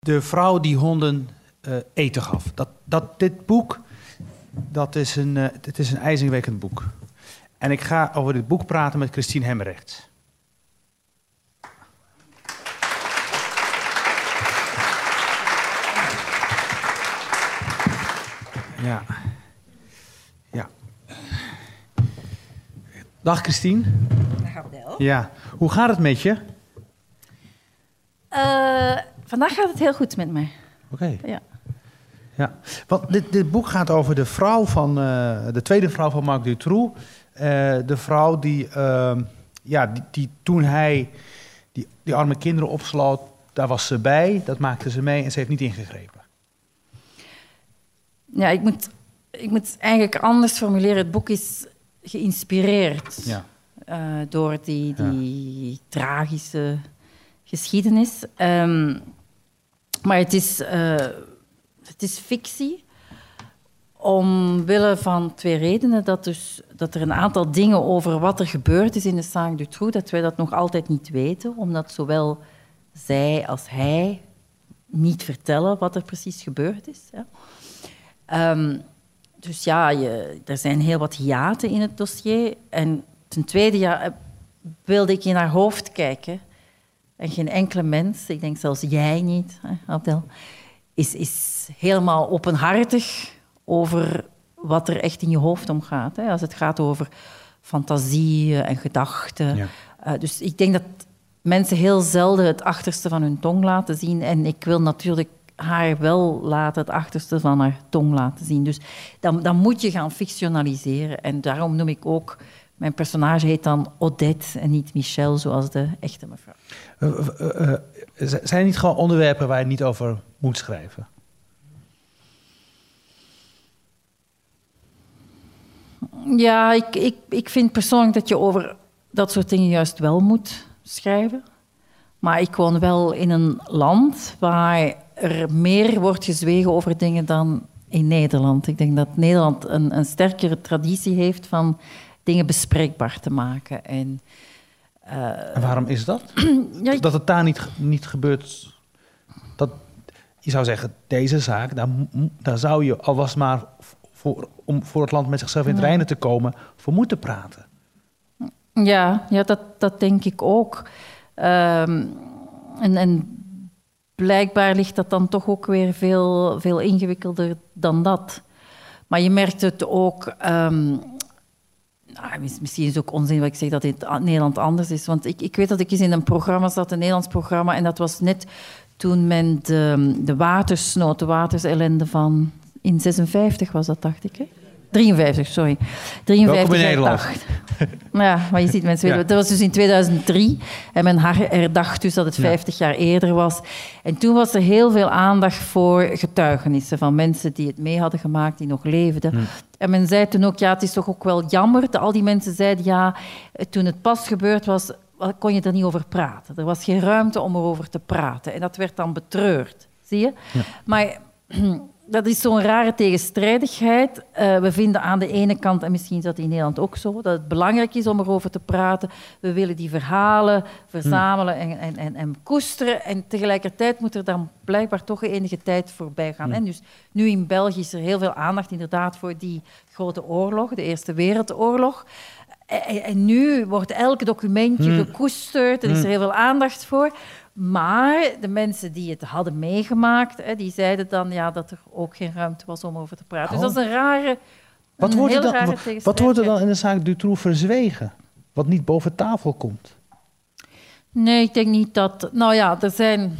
De vrouw die honden eten gaf. Dit boek, het is een ijzingwekkend boek. En ik ga over dit boek praten met Christine Hemmerrecht. Ja. Dag Christine. Dag Abdel. Ja. Hoe gaat het met je? Vandaag gaat het heel goed met mij. Oké. Ja. Want dit boek gaat over de vrouw van de tweede vrouw van Marc Dutroux. De vrouw die toen hij die arme kinderen opsloot, daar was ze bij. Dat maakte ze mee en ze heeft niet ingegrepen. Ja, ik moet eigenlijk anders formuleren. Het boek is geïnspireerd door die tragische geschiedenis. Maar het is fictie. Omwille van twee redenen. Dat er een aantal dingen over wat er gebeurd is in de zaak Dutroux, dat wij dat nog altijd niet weten. Omdat zowel zij als hij niet vertellen wat er precies gebeurd is. Ja. Dus ja, er zijn heel wat hiaten in het dossier. En ten tweede wilde ik in haar hoofd kijken. En geen enkele mens, ik denk zelfs jij niet, Abdel, is helemaal openhartig over wat er echt in je hoofd omgaat. Hè, als het gaat over fantasieën en gedachten. Ja. Dus ik denk dat mensen heel zelden het achterste van hun tong laten zien. En ik wil natuurlijk haar wel laten het achterste van haar tong laten zien. Dus dan moet je gaan fictionaliseren. En daarom noem ik ook... Mijn personage heet dan Odette en niet Michel, zoals de echte mevrouw. Zijn er niet gewoon onderwerpen waar je niet over moet schrijven? Ja, ik vind persoonlijk dat je over dat soort dingen juist wel moet schrijven. Maar ik woon wel in een land waar er meer wordt gezwegen over dingen dan in Nederland. Ik denk dat Nederland een sterkere traditie heeft van dingen bespreekbaar te maken. En waarom is dat? Dat het daar niet gebeurt. Je zou zeggen, deze zaak, daar zou je, al was maar om voor het land met zichzelf in het reinen te komen, voor moeten praten. Ja, dat denk ik ook. En blijkbaar ligt dat dan toch ook weer veel ingewikkelder dan dat. Maar je merkt het ook... misschien is het ook onzin wat ik zeg dat het in Nederland anders is. Want ik weet dat ik eens in een programma zat, een Nederlands programma, en dat was net toen men de watersnood, de watersellende van... In 56 was dat, dacht ik, hè? 53, sorry. 53 welkom in Nederland. Ja, maar je ziet mensen weten. Dat was dus in 2003. En men herdacht dus dat het 50 jaar eerder was. En toen was er heel veel aandacht voor getuigenissen van mensen die het mee hadden gemaakt, die nog leefden. En men zei toen ook, het is toch ook wel jammer. Al die mensen zeiden, toen het pas gebeurd was, kon je er niet over praten. Er was geen ruimte om erover te praten. En dat werd dan betreurd, zie je? Ja. Maar... Dat is zo'n rare tegenstrijdigheid. We vinden aan de ene kant, en misschien is dat in Nederland ook zo, dat het belangrijk is om erover te praten. We willen die verhalen verzamelen en koesteren. En tegelijkertijd moet er dan blijkbaar toch enige tijd voorbij gaan. En dus nu in België is er heel veel aandacht inderdaad voor die grote oorlog, de Eerste Wereldoorlog. En nu wordt elk documentje gekoesterd, er is er heel veel aandacht voor. Maar de mensen die het hadden meegemaakt, die zeiden dan dat er ook geen ruimte was om over te praten. Dus dat is een rare tegenstrijdigheid. Wat wordt er dan in de zaak Dutroux verzwegen? Wat niet boven tafel komt? Nee, ik denk niet dat... er zijn...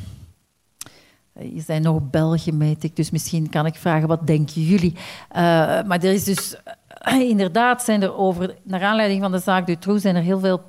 Je zijn nog België, weet ik, dus misschien kan ik vragen, wat denken jullie? Maar er is dus... Inderdaad zijn er naar aanleiding van de zaak Dutroux zijn er heel veel...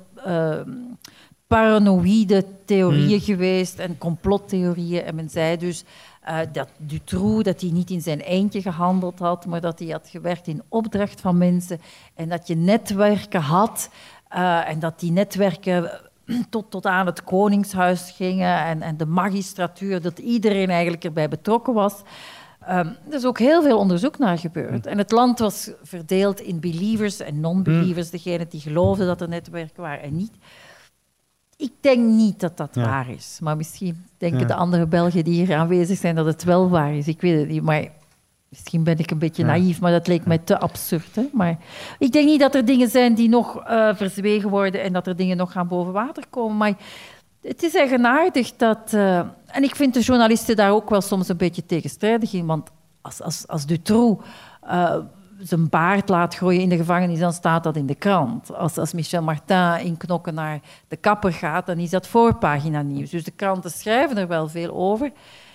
paranoïde theorieën geweest en complottheorieën. En men zei dus dat Dutroux dat hij niet in zijn eentje gehandeld had, maar dat hij had gewerkt in opdracht van mensen en dat je netwerken had en dat die netwerken tot aan het Koningshuis gingen en de magistratuur, dat iedereen eigenlijk erbij betrokken was. Er is ook heel veel onderzoek naar gebeurd. En het land was verdeeld in believers en non-believers, degenen die geloofden dat er netwerken waren en niet. Ik denk niet dat dat waar is. Maar misschien denken de andere Belgen die hier aanwezig zijn dat het wel waar is. Ik weet het niet, maar misschien ben ik een beetje naïef, maar dat leek mij te absurd. Hè? Maar ik denk niet dat er dingen zijn die nog verzwegen worden en dat er dingen nog gaan boven water komen. Maar het is eigenaardig dat... en ik vind de journalisten daar ook wel soms een beetje tegenstrijdig in, want als Dutroux zijn baard laat groeien in de gevangenis, dan staat dat in de krant. Als Michel Martin in Knokken naar de kapper gaat, dan is dat voorpagina nieuws. Dus de kranten schrijven er wel veel over.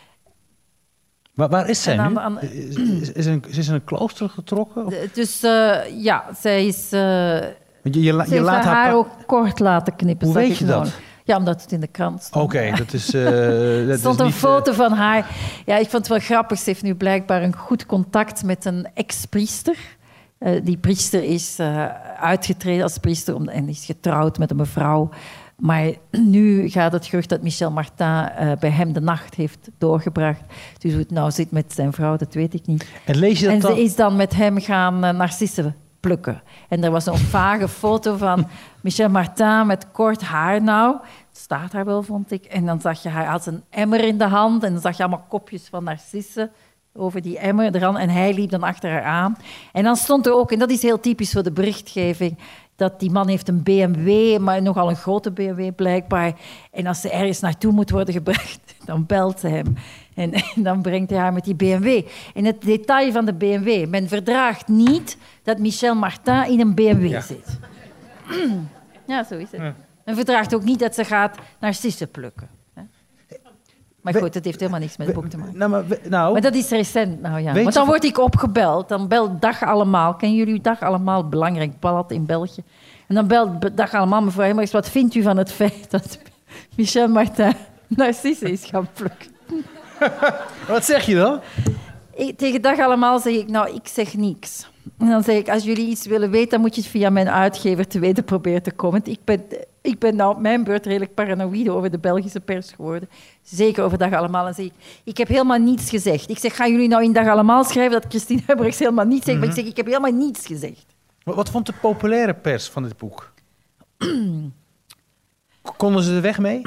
Maar waar is zij nu? Is ze in een klooster getrokken? Dus zij is... Je laat haar ook kort laten knippen. Hoe weet je dat? Ja, omdat het in de krant stond. Oké, dat is... Er stond een foto van haar. Ja, ik vond het wel grappig. Ze heeft nu blijkbaar een goed contact met een ex-priester. Die priester is uitgetreden als priester en is getrouwd met een mevrouw. Maar nu gaat het gerucht dat Michel Martin bij hem de nacht heeft doorgebracht. Dus hoe het nou zit met zijn vrouw, dat weet ik niet. En lees je dat ze is dan met hem gaan narcissen plukken. En er was een vage foto van Michel Martin met kort haar nou. Het staat daar wel, vond ik. En dan zag je haar als een emmer in de hand. En dan zag je allemaal kopjes van narcissen over die emmer eraan. En hij liep dan achter haar aan. En dan stond er ook, en dat is heel typisch voor de berichtgeving, dat die man heeft een BMW, maar nogal een grote BMW blijkbaar. En als ze ergens naartoe moet worden gebracht, dan belt ze hem. En dan brengt hij haar met die BMW. En het detail van de BMW. Men verdraagt niet dat Michel Martin in een BMW zit. Ja, zo is het. Ja. Men verdraagt ook niet dat ze gaat narcissen plukken. Maar goed, het heeft helemaal niks met het boek te maken. Maar dat is recent. Nou, ja. Want dan word ik opgebeld. Dan belt Dag Allemaal. Kennen jullie Dag Allemaal? Belangrijk blad in België. En dan belt Dag Allemaal, mevrouw Hemmerichs, wat vindt u van het feit dat Michel Martin narcissen is gaan plukken? Wat zeg je dan? Tegen Dag Allemaal zeg ik, nou, ik zeg niks. En dan zeg ik, als jullie iets willen weten, dan moet je het via mijn uitgever te weten proberen te komen. Ik ben nou op mijn beurt redelijk paranoïde over de Belgische pers geworden. Zeker over Dag Allemaal. En zeg ik heb helemaal niets gezegd. Ik zeg, gaan jullie nou in Dag Allemaal schrijven dat Christine Hemmerichs helemaal niets zegt? Maar ik zeg, ik heb helemaal niets gezegd. Wat vond de populaire pers van dit boek? Konden ze de weg mee?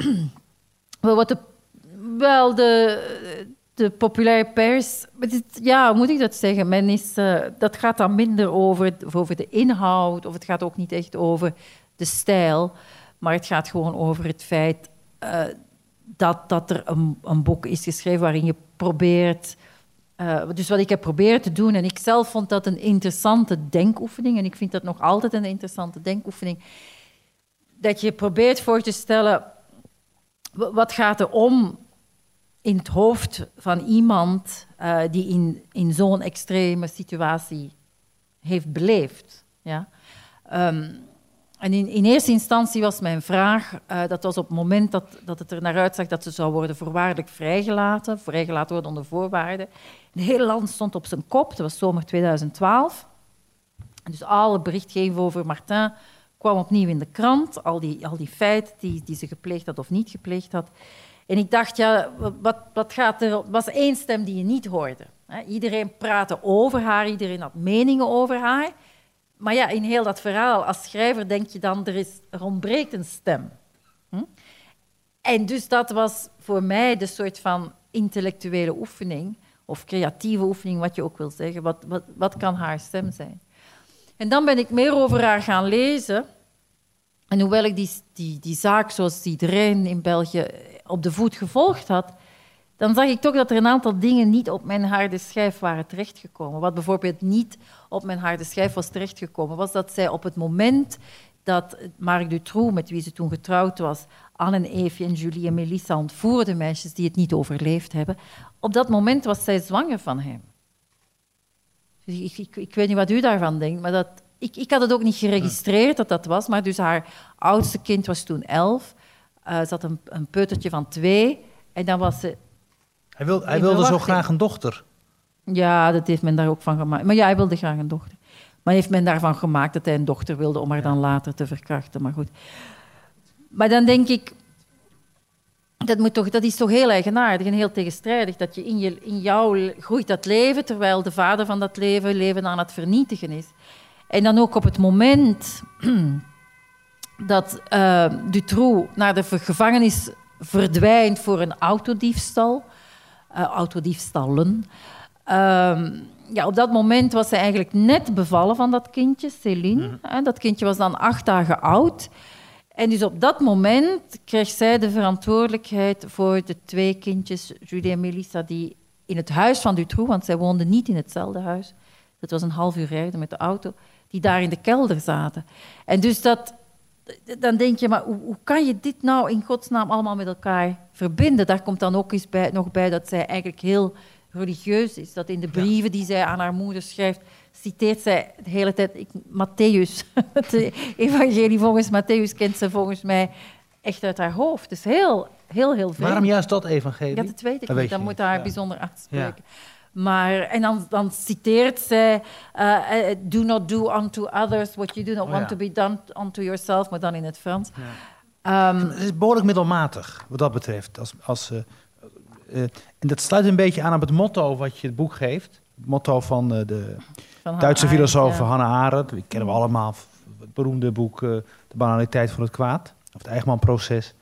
De populaire pers, hoe moet ik dat zeggen? Dat gaat dan minder over de inhoud, of het gaat ook niet echt over de stijl, maar het gaat gewoon over het feit dat er een boek is geschreven waarin je probeert... dus wat ik heb proberen te doen, en ik zelf vond dat een interessante denkoefening, en ik vind dat nog altijd een interessante denkoefening, dat je probeert voor te stellen, wat gaat er om in het hoofd van iemand die in zo'n extreme situatie heeft beleefd. Ja? En in eerste instantie was mijn vraag, dat was op het moment dat het er naar uitzag dat ze zou worden voorwaardelijk vrijgelaten worden onder voorwaarden. Het hele land stond op zijn kop, dat was zomer 2012. Dus alle berichtgeving over Martin kwam opnieuw in de krant, al die feiten die ze gepleegd had of niet gepleegd had. En ik dacht, wat gaat er... was één stem die je niet hoorde. Iedereen praatte over haar, iedereen had meningen over haar. Maar ja, in heel dat verhaal, als schrijver denk je dan, er ontbreekt een stem. En dus dat was voor mij de soort van intellectuele oefening, of creatieve oefening, wat je ook wil zeggen. Wat kan haar stem zijn? En dan ben ik meer over haar gaan lezen. En hoewel ik die zaak, zoals iedereen in België, op de voet gevolgd had, dan zag ik toch dat er een aantal dingen niet op mijn harde schijf waren terechtgekomen. Wat bijvoorbeeld niet op mijn harde schijf was terechtgekomen, was dat zij op het moment dat Marc Dutroux, met wie ze toen getrouwd was, Anne en Eefje en Julie en Melissa ontvoerde, meisjes die het niet overleefd hebben, op dat moment was zij zwanger van hem. Dus ik weet niet wat u daarvan denkt, maar ik had het ook niet geregistreerd dat was, maar dus haar oudste kind was toen 11. Ze had een peutertje van 2 en dan was ze... Hij wilde zo graag een dochter. Ja, dat heeft men daar ook van gemaakt. Maar ja, hij wilde graag een dochter. Maar heeft men daarvan gemaakt dat hij een dochter wilde om haar dan later te verkrachten. Maar goed. Maar dan denk ik... Dat is toch heel eigenaardig en heel tegenstrijdig, dat je in jou groeit dat leven, terwijl de vader van dat leven aan het vernietigen is. En dan ook op het moment dat Dutroux naar de gevangenis verdwijnt voor een autodiefstal. Autodiefstallen. Op dat moment was zij eigenlijk net bevallen van dat kindje, Céline. Dat kindje was dan 8 dagen oud. En dus op dat moment kreeg zij de verantwoordelijkheid voor de 2 kindjes, Julie en Melissa, die in het huis van Dutroux, want zij woonden niet in hetzelfde huis, dat was een half uur rijden met de auto, die daar in de kelder zaten. En dus dan denk je, maar hoe kan je dit nou in godsnaam allemaal met elkaar verbinden? Daar komt dan ook eens nog bij dat zij eigenlijk heel religieus is. Dat in de brieven die zij aan haar moeder schrijft, citeert zij de hele tijd Matthäus. Het evangelie volgens Matthäus kent ze volgens mij echt uit haar hoofd. Dus heel veel. Waarom juist dat evangelie? Ja, dat weet ik niet. Dat moet haar bijzonder aanspreken. Ja. Maar, en dan citeert zij... do not do unto others what you do not want to be done unto yourself, maar dan in het Frans. Ja. Het is behoorlijk middelmatig, wat dat betreft. En dat sluit een beetje aan op het motto wat je het boek geeft. Het motto van de Duitse filosoof Hannah Arendt. Die kennen we allemaal. Het beroemde boek De banaliteit van het kwaad. Of het Eichmann-proces.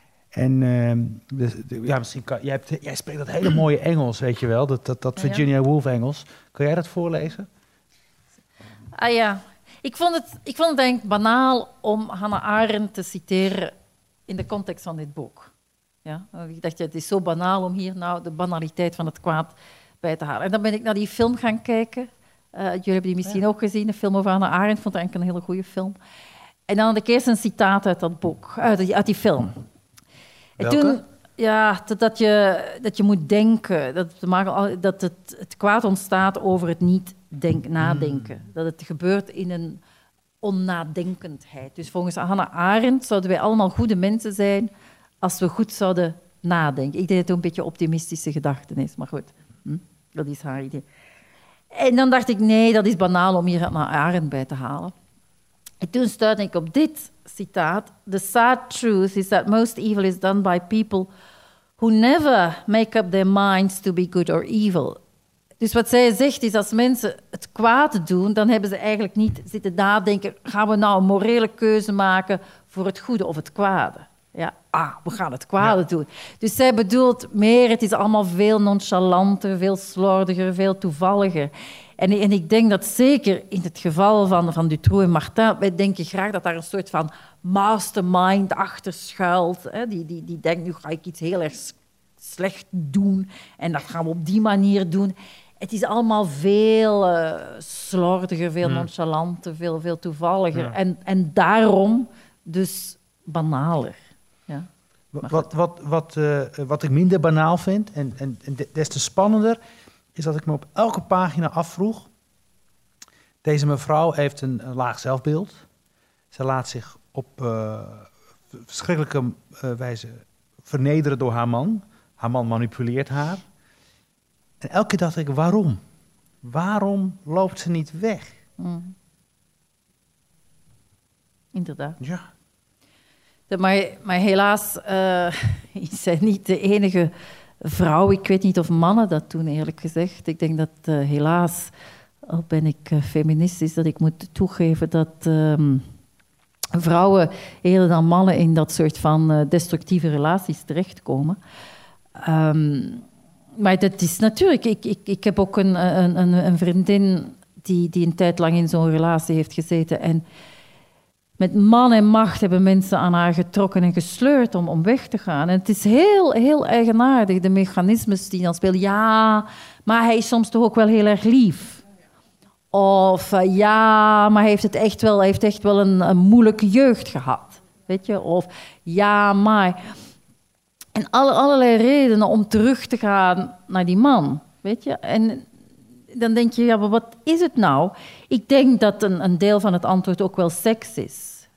En misschien jij spreekt dat hele mooie Engels, weet je wel. Dat Virginia Woolf Engels. Kan jij dat voorlezen? Ja. Ik vond het eigenlijk banaal om Hannah Arendt te citeren in de context van dit boek. Ja? Ik dacht, het is zo banaal om hier nou de banaliteit van het kwaad bij te halen. En dan ben ik naar die film gaan kijken. Jullie hebben die misschien ook gezien, de film over Hannah Arendt. Ik vond het eigenlijk een hele goede film. En dan had ik eerst een citaat uit dat boek, uit die film. En toen, dat je moet denken, dat het kwaad ontstaat over het niet nadenken. Dat het gebeurt in een onnadenkendheid. Dus volgens Hannah Arendt zouden wij allemaal goede mensen zijn als we goed zouden nadenken. Ik denk dat het een beetje optimistische gedachten is, maar goed, dat is haar idee. En dan dacht ik, nee, dat is banaal om hier Hannah Arendt bij te halen. En toen stuitte ik op dit citaat. The sad truth is that most evil is done by people who never make up their minds to be good or evil. Dus wat zij zegt is, als mensen het kwaad doen, dan hebben ze eigenlijk niet zitten nadenken, gaan we nou een morele keuze maken voor het goede of het kwade? Ja, we gaan het kwade doen. Dus zij bedoelt meer, het is allemaal veel nonchalanter, veel slordiger, veel toevalliger. En ik denk dat zeker in het geval van Dutroux en Martin, wij denken graag dat daar een soort van mastermind achter schuilt. Hè? Die denkt, nu ga ik iets heel erg slecht doen en dat gaan we op die manier doen. Het is allemaal veel slordiger, veel nonchalanter, veel toevalliger. Ja. En daarom dus banaler. Ja. Wat ik minder banaal vind, en des te spannender, is dat ik me op elke pagina afvroeg. Deze mevrouw heeft een laag zelfbeeld. Ze laat zich op verschrikkelijke wijze vernederen door haar man. Haar man manipuleert haar. En elke keer dacht ik, waarom? Waarom loopt ze niet weg? Inderdaad. Ja. Maar helaas is zij niet de enige vrouw. Ik weet niet of mannen dat doen, eerlijk gezegd. Ik denk dat helaas, al ben ik feministisch, dat ik moet toegeven dat vrouwen eerder dan mannen in dat soort van destructieve relaties terechtkomen. Maar dat is natuurlijk... Ik heb ook een vriendin die een tijd lang in zo'n relatie heeft gezeten en met man en macht hebben mensen aan haar getrokken en gesleurd om weg te gaan. En het is heel, heel eigenaardig, de mechanismes die dan spelen. Ja, maar hij is soms toch ook wel heel erg lief. Of ja, maar hij heeft echt wel een moeilijke jeugd gehad. Weet je? Of ja, maar... En allerlei redenen om terug te gaan naar die man. Weet je? En dan denk je, ja, maar wat is het nou? Ik denk dat een deel van het antwoord ook wel seks is.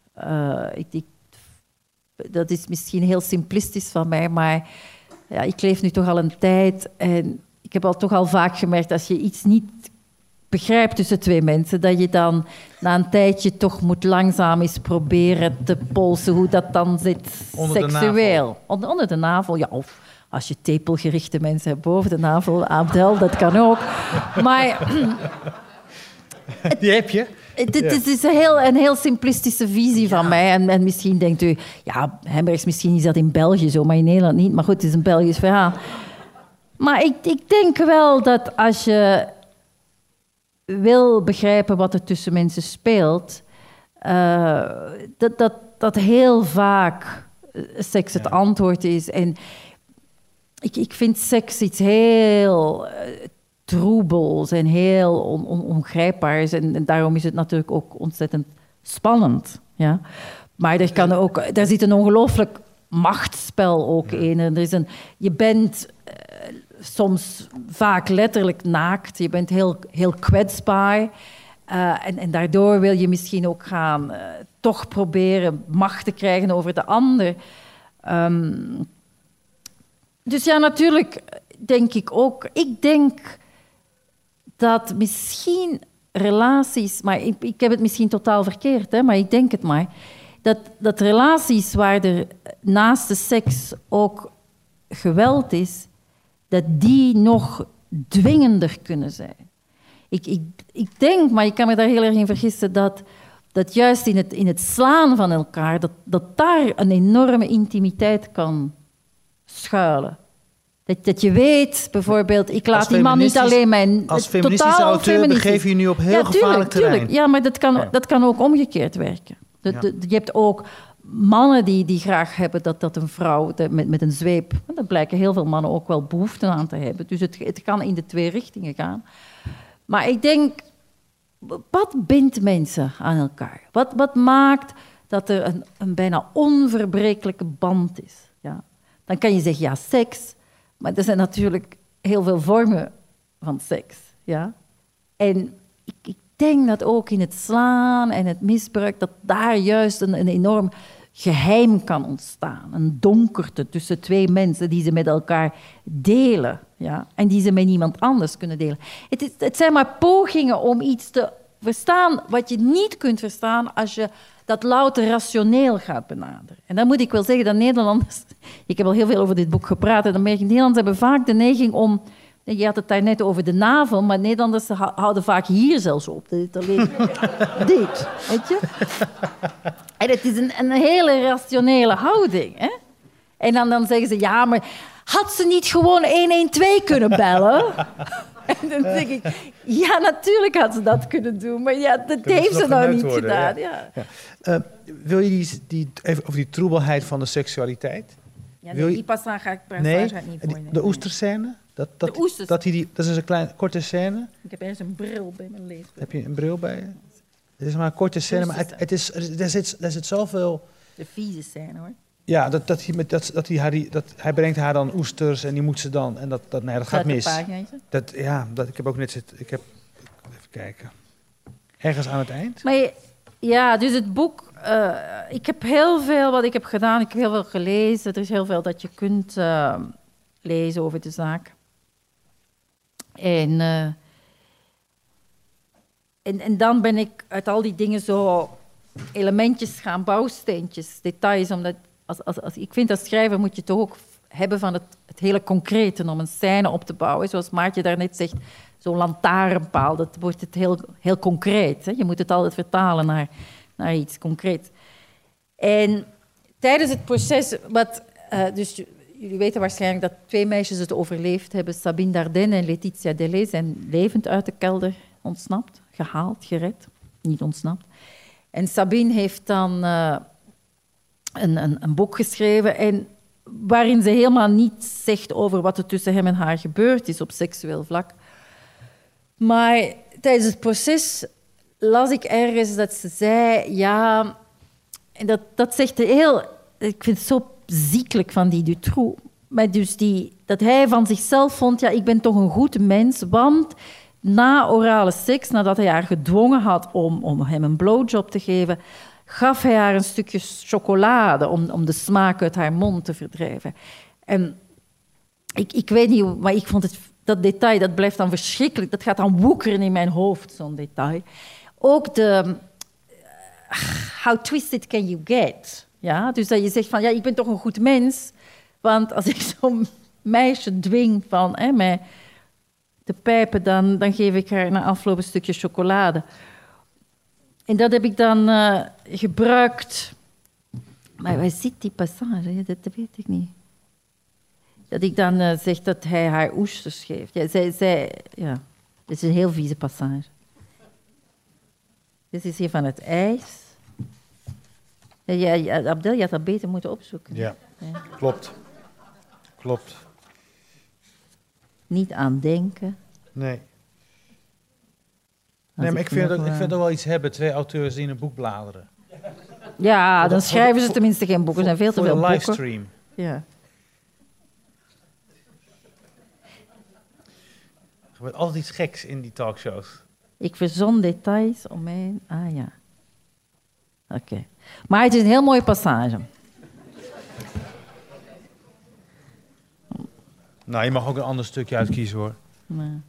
Dat is misschien heel simplistisch van mij, maar ja, ik leef nu toch al een tijd en ik heb toch al vaak gemerkt, als je iets niet begrijpt tussen twee mensen, dat je dan na een tijdje toch moet langzaam eens proberen te polsen hoe dat dan zit seksueel. Onder de navel, ja, of als je tepelgerichte mensen hebt boven de navel, Abdel, dat kan ook. Maar... Die heb je? Het is een heel simplistische visie van mij. En misschien denkt u, ja, Hembergs, misschien is dat in België zo, maar in Nederland niet. Maar goed, het is een Belgisch verhaal. Maar ik denk wel dat als je wil begrijpen wat er tussen mensen speelt, dat heel vaak seks het antwoord is. En ik vind seks iets heel troebels en heel ongrijpbaars. En daarom is het natuurlijk ook ontzettend spannend. Ja? Maar daar zit een ongelooflijk machtsspel ook in. En je bent soms vaak letterlijk naakt. Je bent heel, heel kwetsbaar. En daardoor wil je misschien ook gaan toch proberen macht te krijgen over de ander. Dus ja, natuurlijk denk ik ook. Ik denk dat misschien relaties, maar ik heb het misschien totaal verkeerd, hè, maar ik denk het maar, dat relaties waar er naast de seks ook geweld is, dat die nog dwingender kunnen zijn. Ik denk, maar ik kan me daar heel erg in vergissen, dat juist in het slaan van elkaar, dat daar een enorme intimiteit kan schuilen. Dat je weet, bijvoorbeeld, ik laat die man niet alleen mijn... Als feministische auteur begeef je nu op heel gevaarlijk terrein. Tuurlijk. Ja, maar dat kan ook omgekeerd werken. Je hebt ook mannen die graag hebben dat een vrouw met een zweep... Daar blijken heel veel mannen ook wel behoefte aan te hebben. Dus het kan in de twee richtingen gaan. Maar ik denk, wat bindt mensen aan elkaar? Wat maakt dat er een bijna onverbrekelijke band is? Ja? Dan kan je zeggen, ja, seks... Maar er zijn natuurlijk heel veel vormen van seks. Ja? En ik denk dat ook in het slaan en het misbruik, dat daar juist een enorm geheim kan ontstaan. Een donkerte tussen twee mensen die ze met elkaar delen. Ja? En die ze met niemand anders kunnen delen. Het zijn maar pogingen om iets te verstaan wat je niet kunt verstaan als je dat louter rationeel gaat benaderen. En dan moet ik wel zeggen dat Nederlanders... Ik heb al heel veel over dit boek gepraat en dan merk ik, Nederlanders hebben vaak de neiging om... Je had het daar net over de navel, maar Nederlanders houden vaak hier zelfs op. Dit, weet je? En het is een hele rationele houding. Hè? En dan zeggen ze, ja, maar had ze niet gewoon 112 kunnen bellen? En dan denk ik, ja, natuurlijk had ze dat kunnen doen, maar ja, dat heeft ze nou niet gedaan. Ja. Ja. Wil je even over die troebelheid van de seksualiteit? Ja, die passage ga ik niet voor. Nee. De oesterscène? Dat is een korte scène. Ik heb ergens een bril bij mijn leesbril. Heb je een bril bij je? Het is maar een korte scène, maar er zit zoveel... De vieze scène, hoor. Ja, hij brengt haar dan oesters en die moet ze dan... En dat gaat mis. Ik heb ook net zitten... Even kijken. Ergens aan het eind. Maar ja, dus het boek... ik heb heel veel wat ik heb gedaan. Ik heb heel veel gelezen. Er is heel veel dat je kunt lezen over de zaak. En dan ben ik uit al die dingen zo elementjes gaan, bouwsteentjes, details, omdat ik vind als schrijver moet je toch ook hebben van het hele concrete om een scène op te bouwen. Zoals Maartje daarnet zegt, zo'n lantaarnpaal, dat wordt het heel, heel concreet. Hè? Je moet het altijd vertalen naar iets concreets. En tijdens het proces, dus jullie weten waarschijnlijk dat 2 meisjes het overleefd hebben. Sabine Dardenne en Laetitia Delay zijn levend uit de kelder ontsnapt, gehaald, gered. Niet ontsnapt. En Sabine heeft dan een boek geschreven en waarin ze helemaal niets zegt over wat er tussen hem en haar gebeurd is op seksueel vlak. Maar tijdens het proces las ik ergens dat ze zei, ja, en dat zegt heel, ik vind het zo ziekelijk van die Dutroux, maar dus dat hij van zichzelf vond, ja, ik ben toch een goed mens, want na orale seks, nadat hij haar gedwongen had om hem een blowjob te geven, gaf hij haar een stukje chocolade om de smaak uit haar mond te verdrijven. En ik weet niet, maar ik vond dat detail, dat blijft dan verschrikkelijk. Dat gaat dan woekeren in mijn hoofd, zo'n detail. Ook how twisted can you get? Ja? Dus dat je zegt van, ja, ik ben toch een goed mens, want als ik zo'n meisje dwing van mij te pijpen, dan geef ik haar na afloop een stukje chocolade. En dat heb ik dan gebruikt. Maar waar zit die passage? Dat weet ik niet. Dat ik dan zeg dat hij haar oesters geeft. Ja, ja, dit is een heel vieze passage. Dit is hier van het ijs. Ja, Abdel, je had dat beter moeten opzoeken. Ja. Klopt. Niet aan denken. Nee. Nee, maar ik vind het wel iets hebben, 2 auteurs die in een boek bladeren. Ja, dan schrijven ze tenminste geen boeken. Er zijn veel te veel boeken. Voor de livestream. Ja. Er gebeurt altijd iets geks in die talkshows. Ik verzon details om mij... Ah ja. Oké. Maar het is een heel mooie passage. Nou, je mag ook een ander stukje uitkiezen, hoor. Nee.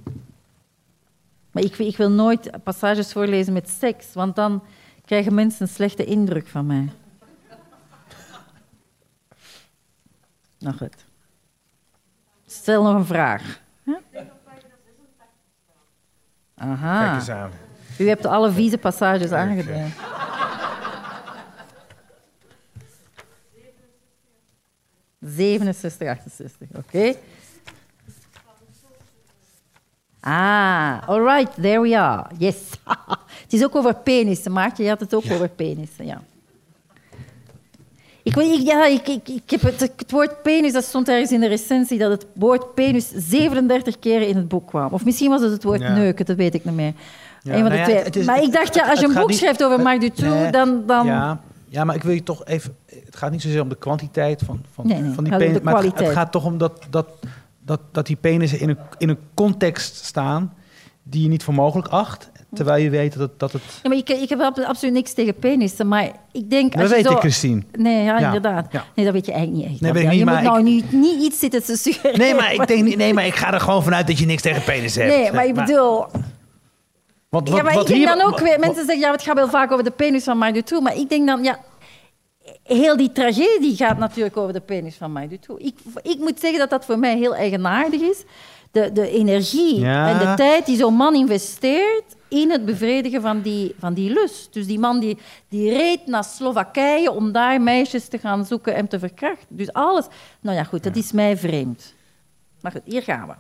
Maar ik wil nooit passages voorlezen met seks, want dan krijgen mensen een slechte indruk van mij. Nou goed. Stel nog een vraag. Huh? Aha. Kijk eens aan. U hebt alle vieze passages aangedaan. ...67, 68, oké. All right, there we are. Yes. Het is ook over penissen, Maartje. Je had het ook over penissen, ja. Ik heb het woord penis, dat stond ergens in de recensie, dat het woord penis 37 keer in het boek kwam. Of misschien was het woord neuken, dat weet ik niet meer. Ja, Een van de twee. Maar ik dacht, als je een boek schrijft over Marc Dutroux, dan... Ja, maar ik wil je toch even... Het gaat niet zozeer om de kwantiteit van die penis, maar het gaat toch om dat die penissen in een context staan die je niet voor mogelijk acht, terwijl je weet dat het... Ja, maar ik heb absoluut niks tegen penissen, maar ik denk... Dat weet ik, Christine. Nee, inderdaad. Ja. Nee, dat weet je eigenlijk niet echt. Nee, weet ik niet, je maar moet nou niet iets zitten te suggereren. Nee, maar ik ga er gewoon vanuit dat je niks tegen penissen hebt. Nee, maar ik bedoel... Ik denk dan ook weer... Mensen zeggen, het gaat wel vaak over de penis van Marc Dutroux, maar ik denk dan, heel die tragedie gaat natuurlijk over de penis van Marc Dutroux. Ik moet zeggen dat voor mij heel eigenaardig is. De energie en de tijd die zo'n man investeert in het bevredigen van die lust. Dus die man die reed naar Slowakije om daar meisjes te gaan zoeken en te verkrachten. Dus alles... Nou ja, goed, dat is mij vreemd. Maar goed, hier gaan we.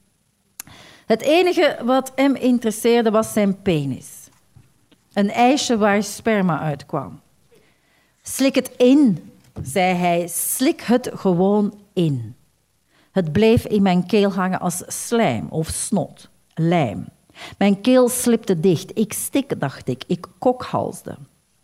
Het enige wat hem interesseerde was zijn penis. Een ijsje waar sperma uitkwam. Slik het in, zei hij. Slik het gewoon in. Het bleef in mijn keel hangen als slijm of snot, lijm. Mijn keel slipte dicht. Ik stik, dacht ik. Ik kokhalsde.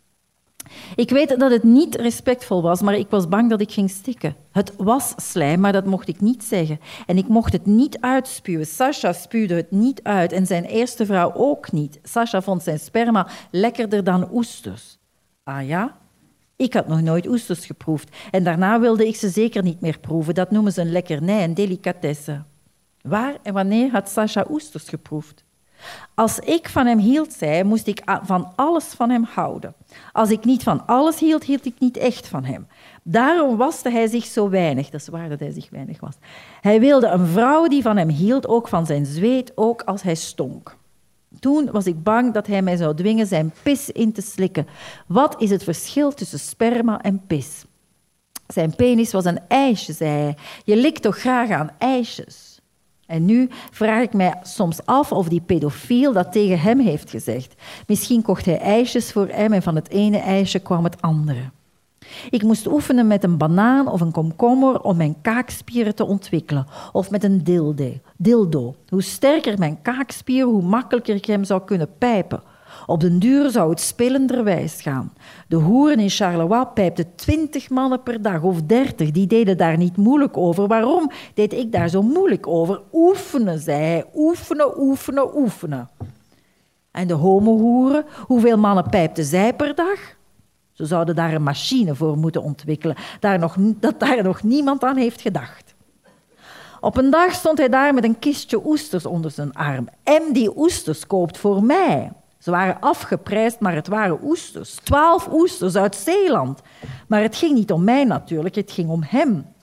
Ik weet dat het niet respectvol was, maar ik was bang dat ik ging stikken. Het was slijm, maar dat mocht ik niet zeggen. En ik mocht het niet uitspuwen. Sascha spuwde het niet uit en zijn eerste vrouw ook niet. Sascha vond zijn sperma lekkerder dan oesters. Ah ja? Ik had nog nooit oesters geproefd. En daarna wilde ik ze zeker niet meer proeven. Dat noemen ze een lekkernij, een delicatesse. Waar en wanneer had Sascha oesters geproefd? Als ik van hem hield, zei hij, moest ik van alles van hem houden. Als ik niet van alles hield, hield ik niet echt van hem. Daarom waste hij zich zo weinig. Dat is waar dat hij zich weinig was. Hij wilde een vrouw die van hem hield, ook van zijn zweet, ook als hij stonk. Toen was ik bang dat hij mij zou dwingen zijn pis in te slikken. Wat is het verschil tussen sperma en pis? Zijn penis was een ijsje, zei hij. Je likt toch graag aan ijsjes? En nu vraag ik mij soms af of die pedofiel dat tegen hem heeft gezegd. Misschien kocht hij ijsjes voor hem en van het ene ijsje kwam het andere. Ik moest oefenen met een banaan of een komkommer om mijn kaakspieren te ontwikkelen. Of met een dildo. Hoe sterker mijn kaakspier, hoe makkelijker ik hem zou kunnen pijpen. Op den duur zou het spelenderwijs gaan. De hoeren in Charleroi pijpten 20 mannen per dag of 30. Die deden daar niet moeilijk over. Waarom deed ik daar zo moeilijk over? Oefenen, zei hij. Oefenen, oefenen, oefenen. En de homohoeren, hoeveel mannen pijpten zij per dag? Ze zouden daar een machine voor moeten ontwikkelen. Dat daar nog niemand aan heeft gedacht. Op een dag stond hij daar met een kistje oesters onder zijn arm. M die oesters koopt voor mij. Ze waren afgeprijsd, maar het waren oesters. 12 oesters uit Zeeland. Maar het ging niet om mij natuurlijk, het ging om hem.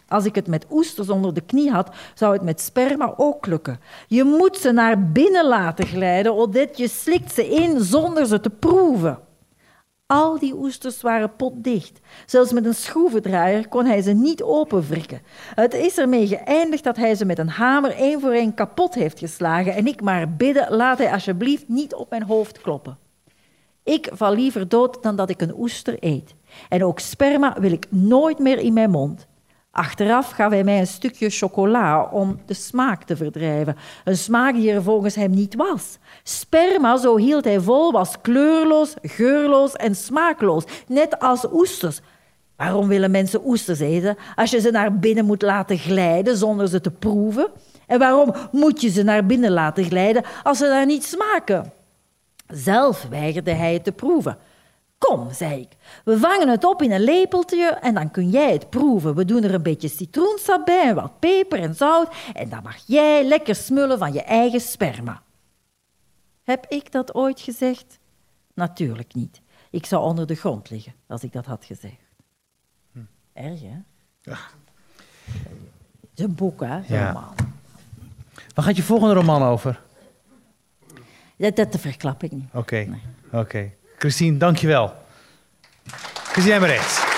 Als ik het met oesters onder de knie had, zou het met sperma ook lukken. Je moet ze naar binnen laten glijden, Odette. Je slikt ze in zonder ze te proeven. Al die oesters waren potdicht. Zelfs met een schroevendraaier kon hij ze niet openwrikken. Het is ermee geëindigd dat hij ze met een hamer 1 voor 1 kapot heeft geslagen en ik maar bidden, laat hij alsjeblieft niet op mijn hoofd kloppen. Ik val liever dood dan dat ik een oester eet. En ook sperma wil ik nooit meer in mijn mond. Achteraf gaf hij mij een stukje chocola om de smaak te verdrijven. Een smaak die er volgens hem niet was. Sperma, zo hield hij vol, was kleurloos, geurloos en smaakloos. Net als oesters. Waarom willen mensen oesters eten als je ze naar binnen moet laten glijden zonder ze te proeven? En waarom moet je ze naar binnen laten glijden als ze daar niet smaken? Zelf weigerde hij het te proeven. Kom, zei ik, we vangen het op in een lepeltje en dan kun jij het proeven. We doen er een beetje citroensap bij en wat peper en zout en dan mag jij lekker smullen van je eigen sperma. Heb ik dat ooit gezegd? Natuurlijk niet. Ik zou onder de grond liggen als ik dat had gezegd. Erg, hè? Ja. Het is een boek, hè? Zo'n roman. Waar gaat je volgende roman over? Dat verklap ik niet. Oké. Christine, dank je wel. Christine Emmerich.